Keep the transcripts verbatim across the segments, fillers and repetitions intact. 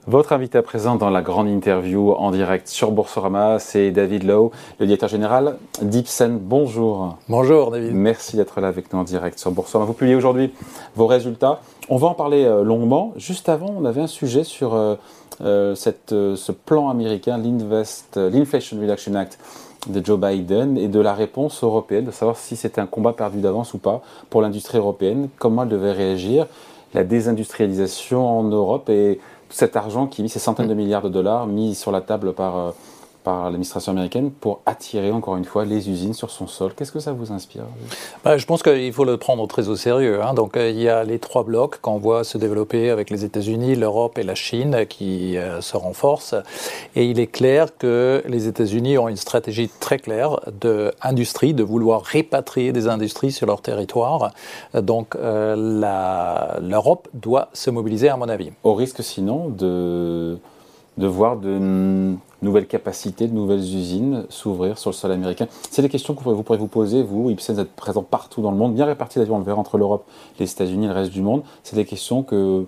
Votre invité à présent dans la grande interview en direct sur Boursorama, c'est David Lowe, le directeur général d'Ipsen. Bonjour. Bonjour David. Merci d'être là avec nous en direct sur Boursorama. Vous publiez aujourd'hui vos résultats. On va en parler euh, longuement. Juste avant, on avait un sujet sur euh, euh, cette, euh, ce plan américain, l'Inflation Reduction Act de Joe Biden et de la réponse européenne, de savoir si c'était un combat perdu d'avance ou pas pour l'industrie européenne, comment elle devait réagir, la désindustrialisation en Europe et tout cet argent qui est mis, ces centaines de milliards de dollars mis sur la table par, euh, par l'administration américaine pour attirer encore une fois les usines sur son sol. Qu'est-ce que ça vous inspire ? bah, Je pense qu'il faut le prendre très au sérieux. Hein. Donc, euh, il y a les trois blocs qu'on voit se développer avec les États-Unis, l'Europe et la Chine qui euh, se renforcent. Et il est clair que les États-Unis ont une stratégie très claire d'industrie, de vouloir répatrier des industries sur leur territoire. Donc, euh, la, l'Europe doit se mobiliser, à mon avis. Au risque sinon de, de voir de nouvelles capacités, de nouvelles usines s'ouvrir sur le sol américain. C'est des questions que vous pourrez vous poser, vous, Ipsen, vous êtes présent partout dans le monde, bien répartis d'ailleurs, on le verra, entre l'Europe, les États-Unis et le reste du monde. C'est des questions que,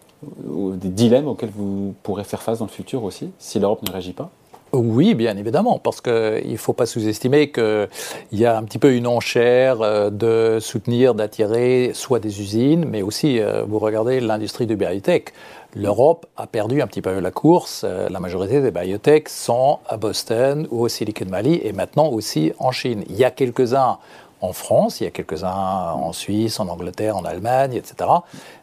des dilemmes auxquels vous pourrez faire face dans le futur aussi, si l'Europe ne réagit pas. Oui, bien évidemment, parce qu'il ne faut pas sous-estimer qu'il y a un petit peu une enchère de soutenir, d'attirer soit des usines, mais aussi, vous regardez l'industrie de biotech. L'Europe a perdu un petit peu la course. La majorité des biotech sont à Boston ou au Silicon Valley et maintenant aussi en Chine. Il y a quelques-uns en France, il y a quelques-uns en Suisse, en Angleterre, en Allemagne, et cetera.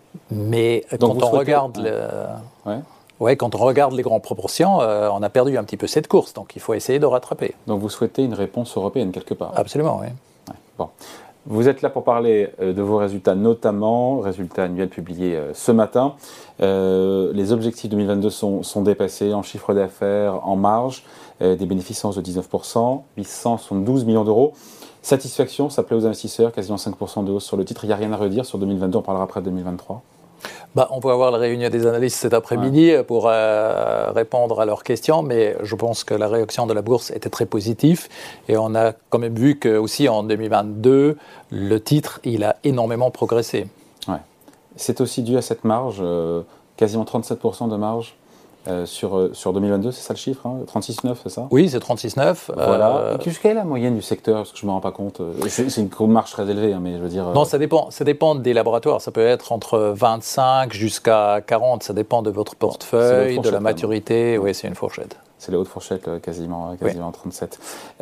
Mais Donc quand on souhaitez... regarde... Ouais. Le... Ouais. Oui, quand on regarde les grandes proportions, euh, on a perdu un petit peu cette course, donc il faut essayer de rattraper. Donc vous souhaitez une réponse européenne quelque part ? Absolument, oui. Ouais. Bon. Vous êtes là pour parler euh, de vos résultats, notamment, résultats annuels publiés euh, ce matin. Euh, les objectifs deux mille vingt-deux sont, sont dépassés en chiffre d'affaires, en marge, euh, des bénéfices en hausse de dix-neuf pour cent, huit cent soixante-douze millions d'euros. Satisfaction, ça plaît aux investisseurs, quasiment cinq pour cent de hausse sur le titre. Il n'y a rien à redire sur deux mille vingt-deux, on parlera après de deux mille vingt-trois. Bah, on va avoir la réunion des analystes cet après-midi ouais. pour euh, répondre à leurs questions, mais je pense que la réaction de la bourse était très positive et on a quand même vu que aussi en deux mille vingt-deux, le titre il a énormément progressé. Ouais. C'est aussi dû à cette marge, euh, quasiment trente-sept pour cent de marge euh, sur, euh, sur deux mille vingt-deux, c'est ça le chiffre, hein, trente-six virgule neuf, c'est ça ? Oui, c'est trente-six virgule neuf. Voilà. Euh... Quelle est la moyenne du secteur ? Parce que je ne me rends pas compte. C'est, c'est une marge très élevée, hein, mais je veux dire... Non, ça dépend, ça dépend des laboratoires. Ça peut être entre vingt-cinq jusqu'à quarante. Ça dépend de votre portefeuille, de la maturité. Oui, c'est une fourchette. C'est la haute fourchette, quasiment, quasiment oui. trente-sept.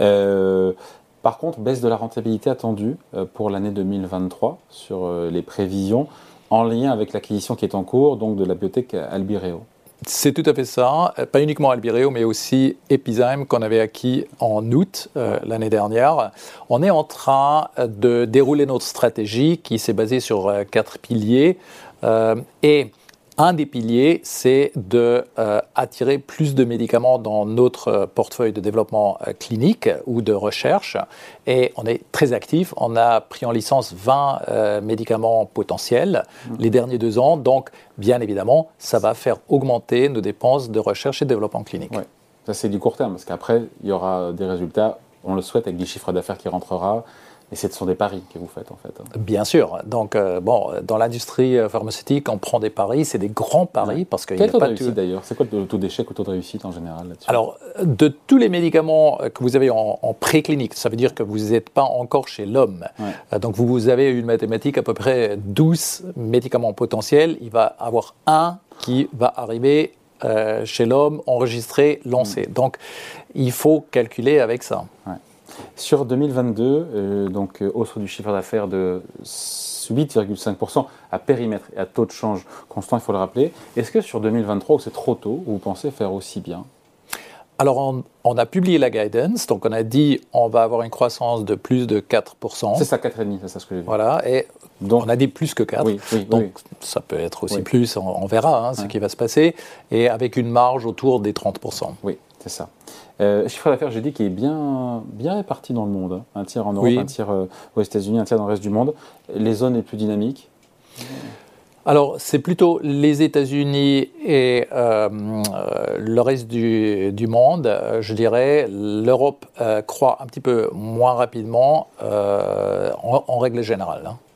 Euh, par contre, baisse de la rentabilité attendue pour l'année deux mille vingt-trois sur les prévisions, en lien avec l'acquisition qui est en cours, donc de la biotech Albireo. C'est tout à fait ça, pas uniquement Albireo, mais aussi Epizyme qu'on avait acquis en août euh, l'année dernière. On est en train de dérouler notre stratégie qui s'est basée sur euh, quatre piliers. Euh, et un des piliers, c'est de euh, attirer plus de médicaments dans notre portefeuille de développement euh, clinique ou de recherche. Et on est très actif. On a pris en licence vingt euh, médicaments potentiels mmh. les derniers deux ans. Donc, bien évidemment, ça va faire augmenter nos dépenses de recherche et de développement clinique. Ouais. Ça, c'est du court terme, parce qu'après, il y aura des résultats, on le souhaite, avec du chiffre d'affaires qui rentrera. Et ce sont des paris que vous faites, en fait. Bien sûr. Donc, euh, bon, dans l'industrie pharmaceutique, on prend des paris. C'est des grands paris. Ouais. Parce qu'il Quel n'y a taux pas de réussite, de... d'ailleurs ? C'est quoi le taux d'échec ou le taux de réussite, en général, là-dessus ? Alors, de tous les médicaments que vous avez en, en préclinique, ça veut dire que vous n'êtes pas encore chez l'homme. Ouais. Donc, vous, vous avez une mathématique à peu près douze médicaments potentiels. Il va y avoir un qui va arriver euh, chez l'homme, enregistré, lancé. Mmh. Donc, il faut calculer avec ça. Ouais. Sur deux mille vingt-deux, euh, donc euh, hausse du chiffre d'affaires de huit virgule cinq pour cent à périmètre et à taux de change constant, il faut le rappeler. Est-ce que sur deux mille vingt-trois, où c'est trop tôt, vous pensez faire aussi bien ? Alors, on, on a publié la guidance, donc on a dit on va avoir une croissance de plus de quatre pour cent. C'est ça, quatre virgule cinq pour cent, c'est ça ce que j'ai vu. Voilà, et donc, on a dit plus que quatre. Oui, oui, donc, oui. ça peut être aussi oui. plus, on, on verra hein, ce oui. qui va se passer, et avec une marge autour des trente pour cent. Oui, c'est ça. Euh, chiffre d'affaires, j'ai dit, qui est bien, bien réparti dans le monde. Hein. Un tiers en Europe, oui. un tiers euh, aux États-Unis, un tiers dans le reste du monde. Les zones les plus dynamiques ? Alors, c'est plutôt les États-Unis et euh, euh, le reste du, du monde, euh, je dirais. L'Europe euh, croît un petit peu moins rapidement euh, en, en règle générale. Hein.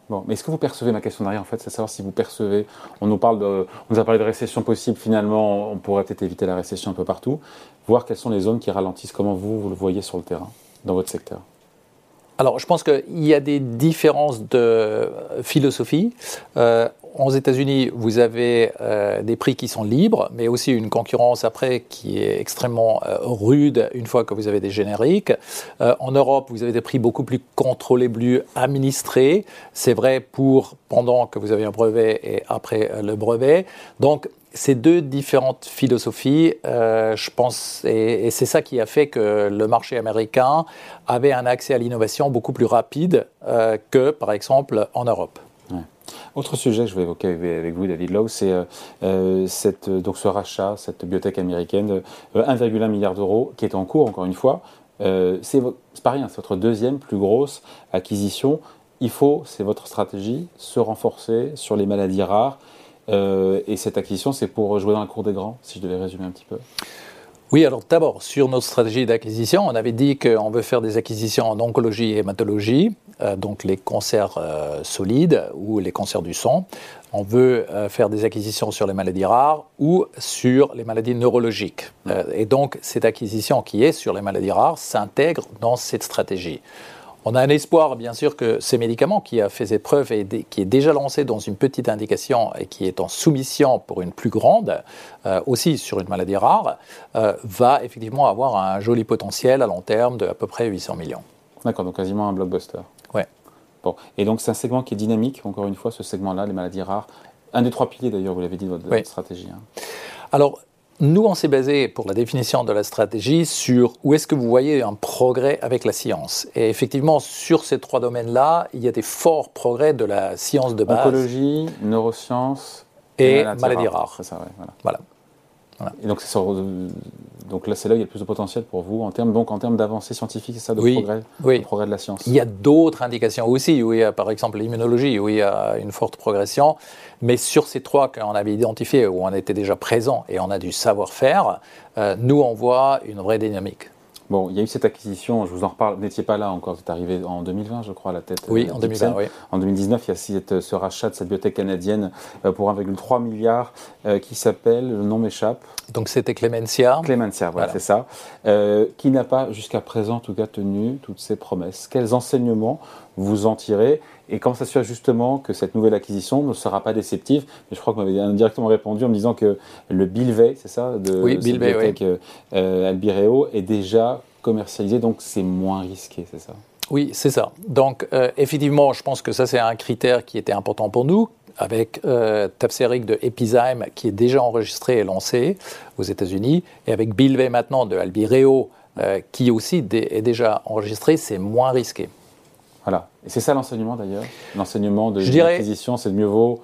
Bon, mais est-ce que vous percevez, ma question derrière en fait, c'est savoir si vous percevez, on nous parle de, on nous a parlé de récession possible, finalement on pourrait peut-être éviter la récession un peu partout, voir quelles sont les zones qui ralentissent, comment vous, vous le voyez sur le terrain, dans votre secteur? Alors, je pense qu'il y a des différences de philosophie. Euh, aux États-Unis, vous avez euh, des prix qui sont libres, mais aussi une concurrence après qui est extrêmement euh, rude une fois que vous avez des génériques. Euh, en Europe, vous avez des prix beaucoup plus contrôlés, plus administrés. C'est vrai pour pendant que vous avez un brevet et après euh, le brevet. Donc, ces deux différentes philosophies, euh, je pense, et, et c'est ça qui a fait que le marché américain avait un accès à l'innovation beaucoup plus rapide euh, que, par exemple, en Europe. Ouais. Autre sujet que je vais évoquer avec vous, David Lowe, c'est euh, cette, donc ce rachat, cette biotech américaine, euh, un virgule un milliard d'euros, qui est en cours, encore une fois. Euh, c'est, c'est pas rien, c'est votre deuxième plus grosse acquisition. Il faut, c'est votre stratégie, se renforcer sur les maladies rares. Euh, et cette acquisition, c'est pour jouer dans la cour des grands, si je devais résumer un petit peu. Oui, alors d'abord, sur notre stratégie d'acquisition, on avait dit qu'on veut faire des acquisitions en oncologie et hématologie, euh, donc les cancers euh, solides ou les cancers du sang. On veut euh, faire des acquisitions sur les maladies rares ou sur les maladies neurologiques. Euh, et donc, cette acquisition qui est sur les maladies rares s'intègre dans cette stratégie. On a un espoir, bien sûr, que ces médicaments qui a fait ses preuves et d- qui est déjà lancé dans une petite indication et qui est en soumission pour une plus grande, euh, aussi sur une maladie rare, euh, va effectivement avoir un joli potentiel à long terme de à peu près huit cents millions. D'accord, donc quasiment un blockbuster. Ouais. Bon, et donc c'est un segment qui est dynamique, encore une fois, ce segment-là, les maladies rares. Un des trois piliers, d'ailleurs, vous l'avez dit, de votre, de Oui. votre stratégie. Hein. Alors, nous, on s'est basé pour la définition de la stratégie sur où est-ce que vous voyez un progrès avec la science. Et effectivement, sur ces trois domaines-là, il y a des forts progrès de la science de base. Oncologie, neurosciences et maladies maladies rares. rares. C'est ça, ouais, voilà. Voilà. Voilà. Et donc, c'est sur, donc là, c'est là où il y a le plus de potentiel pour vous, en termes, donc en termes d'avancée scientifique, et ça, de, Oui, progrès, oui. de progrès de la science. Il y a d'autres indications aussi, où il y a par exemple l'immunologie, où il y a une forte progression. Mais sur ces trois qu'on avait identifiés, où on était déjà présent et on a du savoir-faire, euh, nous, on voit une vraie dynamique. Bon, il y a eu cette acquisition, je vous en reparle, vous n'étiez pas là encore, vous êtes arrivé en deux mille vingt, je crois, à la tête. Oui, euh, en deux mille vingt, oui. En deux mille dix-neuf, il y a cette, ce rachat de cette biotech canadienne euh, pour un virgule trois milliard euh, qui s'appelle, le nom m'échappe. Donc c'était Clemencia. Clemencia, voilà, Voilà. c'est ça. Euh, qui n'a pas, jusqu'à présent, en tout cas, tenu toutes ses promesses. Quels enseignements vous en tirez et comment s'assurer justement que cette nouvelle acquisition ne sera pas déceptive? Mais je crois que vous m'avez indirectement répondu en me disant que le Bylvay, c'est ça, de Oui, cette Bylvay, biotech oui. euh, Albireo, est déjà commercialisé, donc c'est moins risqué, c'est ça? Oui, c'est ça. Donc, euh, effectivement, je pense que ça, c'est un critère qui était important pour nous, avec euh, Tafseric de Epizyme, qui est déjà enregistré et lancé aux États-Unis, et avec Bylvay maintenant de Albireo, euh, qui aussi dé- est déjà enregistré, c'est moins risqué. Voilà. Et c'est ça l'enseignement d'ailleurs. L'enseignement de Je dirais- l'acquisition, c'est de mieux vaut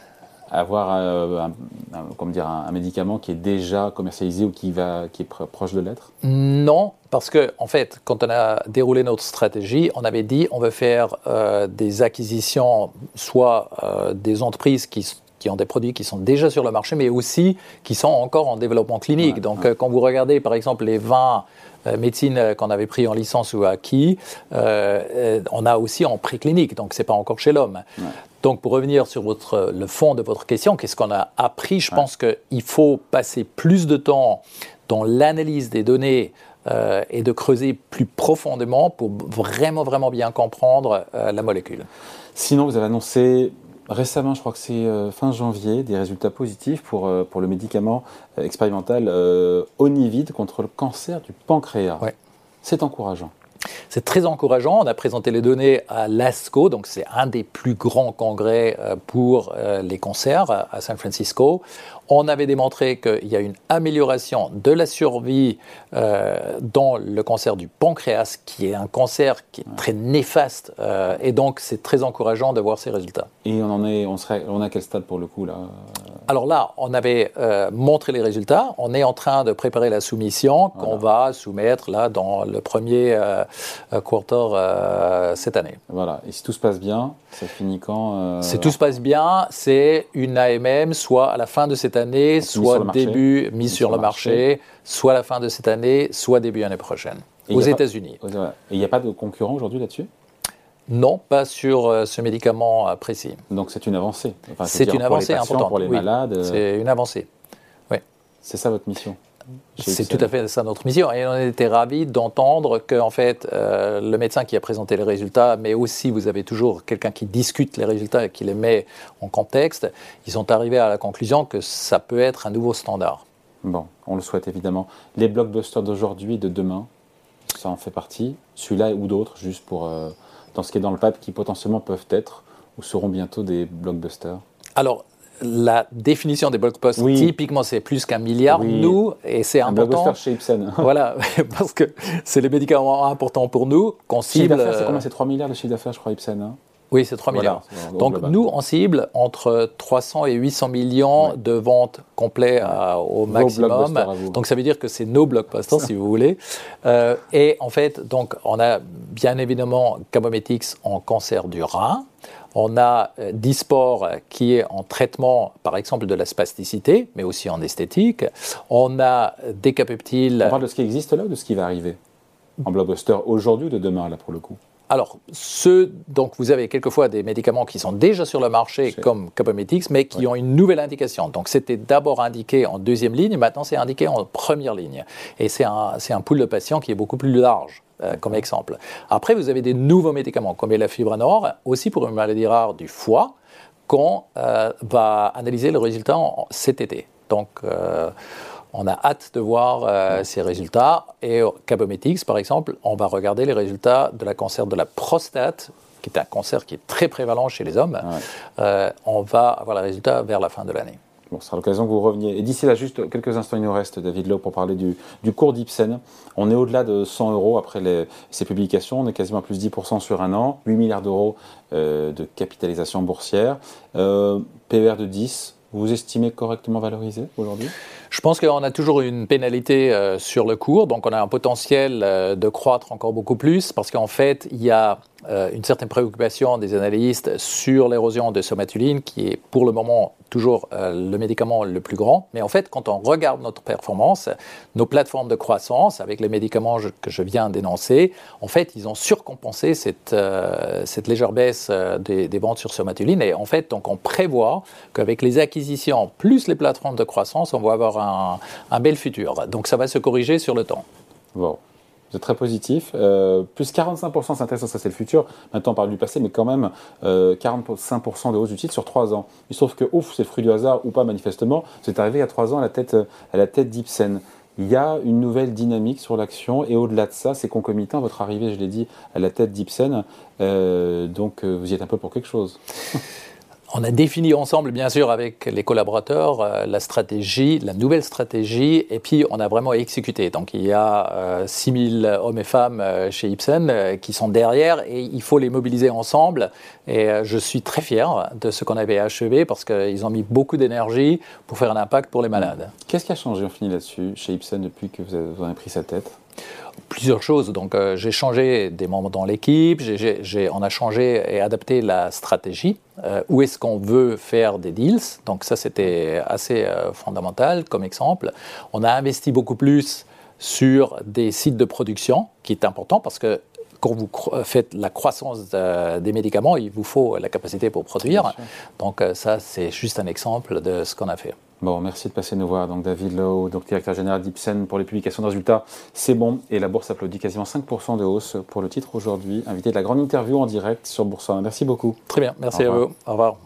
avoir euh, un, un, comment dire, un, un médicament qui est déjà commercialisé ou qui, va, qui est pr- proche de l'être? Non, parce que en fait, quand on a déroulé notre stratégie, on avait dit on veut faire euh, des acquisitions, soit euh, des entreprises qui, qui ont des produits qui sont déjà sur le marché, mais aussi qui sont encore en développement clinique. Ouais, Donc, ouais. euh, quand vous regardez par exemple les vingt euh, médecines euh, qu'on avait pris en licence ou acquis, euh, euh, on a aussi en préclinique, donc c'est pas encore chez l'homme. Ouais. Donc, pour revenir sur votre, le fond de votre question, qu'est-ce qu'on a appris? Je Ouais. pense qu'il faut passer plus de temps dans l'analyse des données euh, et de creuser plus profondément pour vraiment, vraiment bien comprendre euh, la molécule. Sinon, vous avez annoncé récemment, je crois que c'est euh, fin janvier, des résultats positifs pour, euh, pour le médicament euh, expérimental euh, Onivid contre le cancer du pancréas. Ouais. C'est encourageant. C'est très encourageant. On a présenté les données à l'ASCO, donc c'est un des plus grands congrès euh, pour euh, les cancers à, à San Francisco. On avait démontré qu'il y a une amélioration de la survie euh, dans le cancer du pancréas, qui est un cancer qui est très néfaste. Euh, et donc, c'est très encourageant de voir ces résultats. Et on en est, on serait, on est à quel stade pour le coup là? Alors là, on avait euh, montré les résultats. On est en train de préparer la soumission Voilà. qu'on va soumettre là dans le premier euh, quarter euh, cette année. Voilà. Et si tout se passe bien, ça finit quand euh... Si tout se passe bien, c'est une A M M, soit à la fin de cette année, Mise soit sur le marché. début, mise Mise sur le marché, soit à la fin de cette année, soit début année prochaine, Et aux il y a pas- États-Unis. Et il n'y a pas de concurrent aujourd'hui là-dessus? Non, pas sur euh, ce médicament euh, précis. Donc c'est une avancée. Enfin, c'est une avancée pour les patients, importante. Pour les oui. malades. Euh... C'est une avancée. Oui. C'est ça votre mission? C'est tout à fait ça notre mission. Et on était ravis d'entendre que en fait, euh, le médecin qui a présenté les résultats, mais aussi vous avez toujours quelqu'un qui discute les résultats et qui les met en contexte, ils sont arrivés à la conclusion que ça peut être un nouveau standard. Bon, on le souhaite évidemment. Les blockbusters d'aujourd'hui et de demain, ça en fait partie. Celui-là ou d'autres, juste pour euh, dans ce qui est dans le pipe, qui potentiellement peuvent être ou seront bientôt des blockbusters. Alors, la définition des blockbusters, oui. typiquement, c'est plus qu'un milliard. Oui. Nous, et c'est un important. Un blockbuster chez Ipsen. Voilà, parce que c'est les médicaments importants pour nous, qu'on cible. Chiffre d'affaires, c'est combien? C'est trois milliards de chiffre d'affaires, je crois, Ipsen. Hein. Oui, c'est trois milliards. Voilà, donc, global. Nous, on cible entre trois cents et huit cents millions ouais. de ventes complets à, au maximum. Donc, ça veut dire que c'est nos blockbusters, si vous voulez. Euh, et en fait, donc, on a bien évidemment Cabometyx en cancer du rein. On a euh, Dysport qui est en traitement, par exemple, de la spasticité, mais aussi en esthétique. On a Decapeptyl. On parle de ce qui existe là ou de ce qui va arriver en blockbuster aujourd'hui ou de demain, là, pour le coup? Alors, ceux, donc vous avez quelquefois des médicaments qui sont déjà sur le marché, c'est... comme Cabometyx, mais qui oui. ont une nouvelle indication. Donc, c'était d'abord indiqué en deuxième ligne, maintenant c'est indiqué en première ligne. Et c'est un, c'est un pool de patients qui est beaucoup plus large, euh, comme exemple. Après, vous avez des nouveaux médicaments, comme l'Elafibranor, aussi pour une maladie rare du foie, qu'on euh, va analyser le résultat en, cet été. Donc, euh, on a hâte de voir euh, ces résultats. Et Cabometyx, par exemple, on va regarder les résultats de la cancer de la prostate, qui est un cancer qui est très prévalent chez les hommes. Ouais. Euh, on va avoir les résultats vers la fin de l'année. Bon, ce sera l'occasion que vous reveniez. Et d'ici là, juste quelques instants, il nous reste, David Lowe, pour parler du, du cours d'Ipsen. On est au-delà de cent euros après les, ces publications. On est quasiment à plus dix pour cent sur un an. huit milliards d'euros euh, de capitalisation boursière. Euh, P E R de dix. Vous estimez correctement valorisé aujourd'hui? Je pense qu'on a toujours une pénalité euh, sur le cours, donc on a un potentiel euh, de croître encore beaucoup plus, parce qu'en fait, il y a euh, une certaine préoccupation des analystes sur l'érosion de somatuline, qui est pour le moment toujours euh, le médicament le plus grand. Mais en fait, quand on regarde notre performance, nos plateformes de croissance, avec les médicaments je, que je viens d'énoncer, en fait, ils ont surcompensé cette, euh, cette légère baisse euh, des, des ventes sur somatuline. Et en fait, donc, on prévoit qu'avec les acquisitions plus les plateformes de croissance, on va avoir un, un bel futur. Donc, ça va se corriger sur le temps. Bon. Vous êtes très positif. Euh, plus quarante-cinq pour cent, c'est intéressant, ça c'est le futur. Maintenant on parle du passé, mais quand même euh, quarante-cinq pour cent de hausse du titre sur trois ans. Il se trouve que, ouf, c'est le fruit du hasard ou pas manifestement, c'est arrivé il y a trois ans à la tête, à la tête d'Ipsen. Il y a une nouvelle dynamique sur l'action et au-delà de ça, c'est concomitant. Votre arrivée, je l'ai dit, à la tête d'Ipsen. Euh, donc euh, vous y êtes un peu pour quelque chose. On a défini ensemble, bien sûr, avec les collaborateurs, euh, la stratégie, la nouvelle stratégie, et puis on a vraiment exécuté. Donc il y a euh, six mille hommes et femmes euh, chez Ipsen euh, qui sont derrière, et il faut les mobiliser ensemble. Et euh, je suis très fier de ce qu'on avait achevé, parce qu'ils ont mis beaucoup d'énergie pour faire un impact pour les malades. Qu'est-ce qui a changé, on finit là-dessus, chez Ipsen depuis que vous avez, vous avez pris sa tête ? Plusieurs choses. Donc, euh, j'ai changé des membres dans l'équipe, j'ai, j'ai, on a changé et adapté la stratégie. Euh, où est-ce qu'on veut faire des deals? Donc, ça, c'était assez euh, fondamental comme exemple. On a investi beaucoup plus sur des sites de production, qui est important parce que quand vous cro- faites la croissance de, des médicaments, il vous faut la capacité pour produire. Donc, euh, ça, c'est juste un exemple de ce qu'on a fait. Bon, merci de passer nous voir. Donc, David Lowe, donc directeur général d'Ipsen pour les publications de résultats. C'est bon. Et la bourse applaudit quasiment cinq pour cent de hausse pour le titre aujourd'hui. Invité de la grande interview en direct sur Boursorama. Merci beaucoup. Très bien. Merci à vous. Au revoir.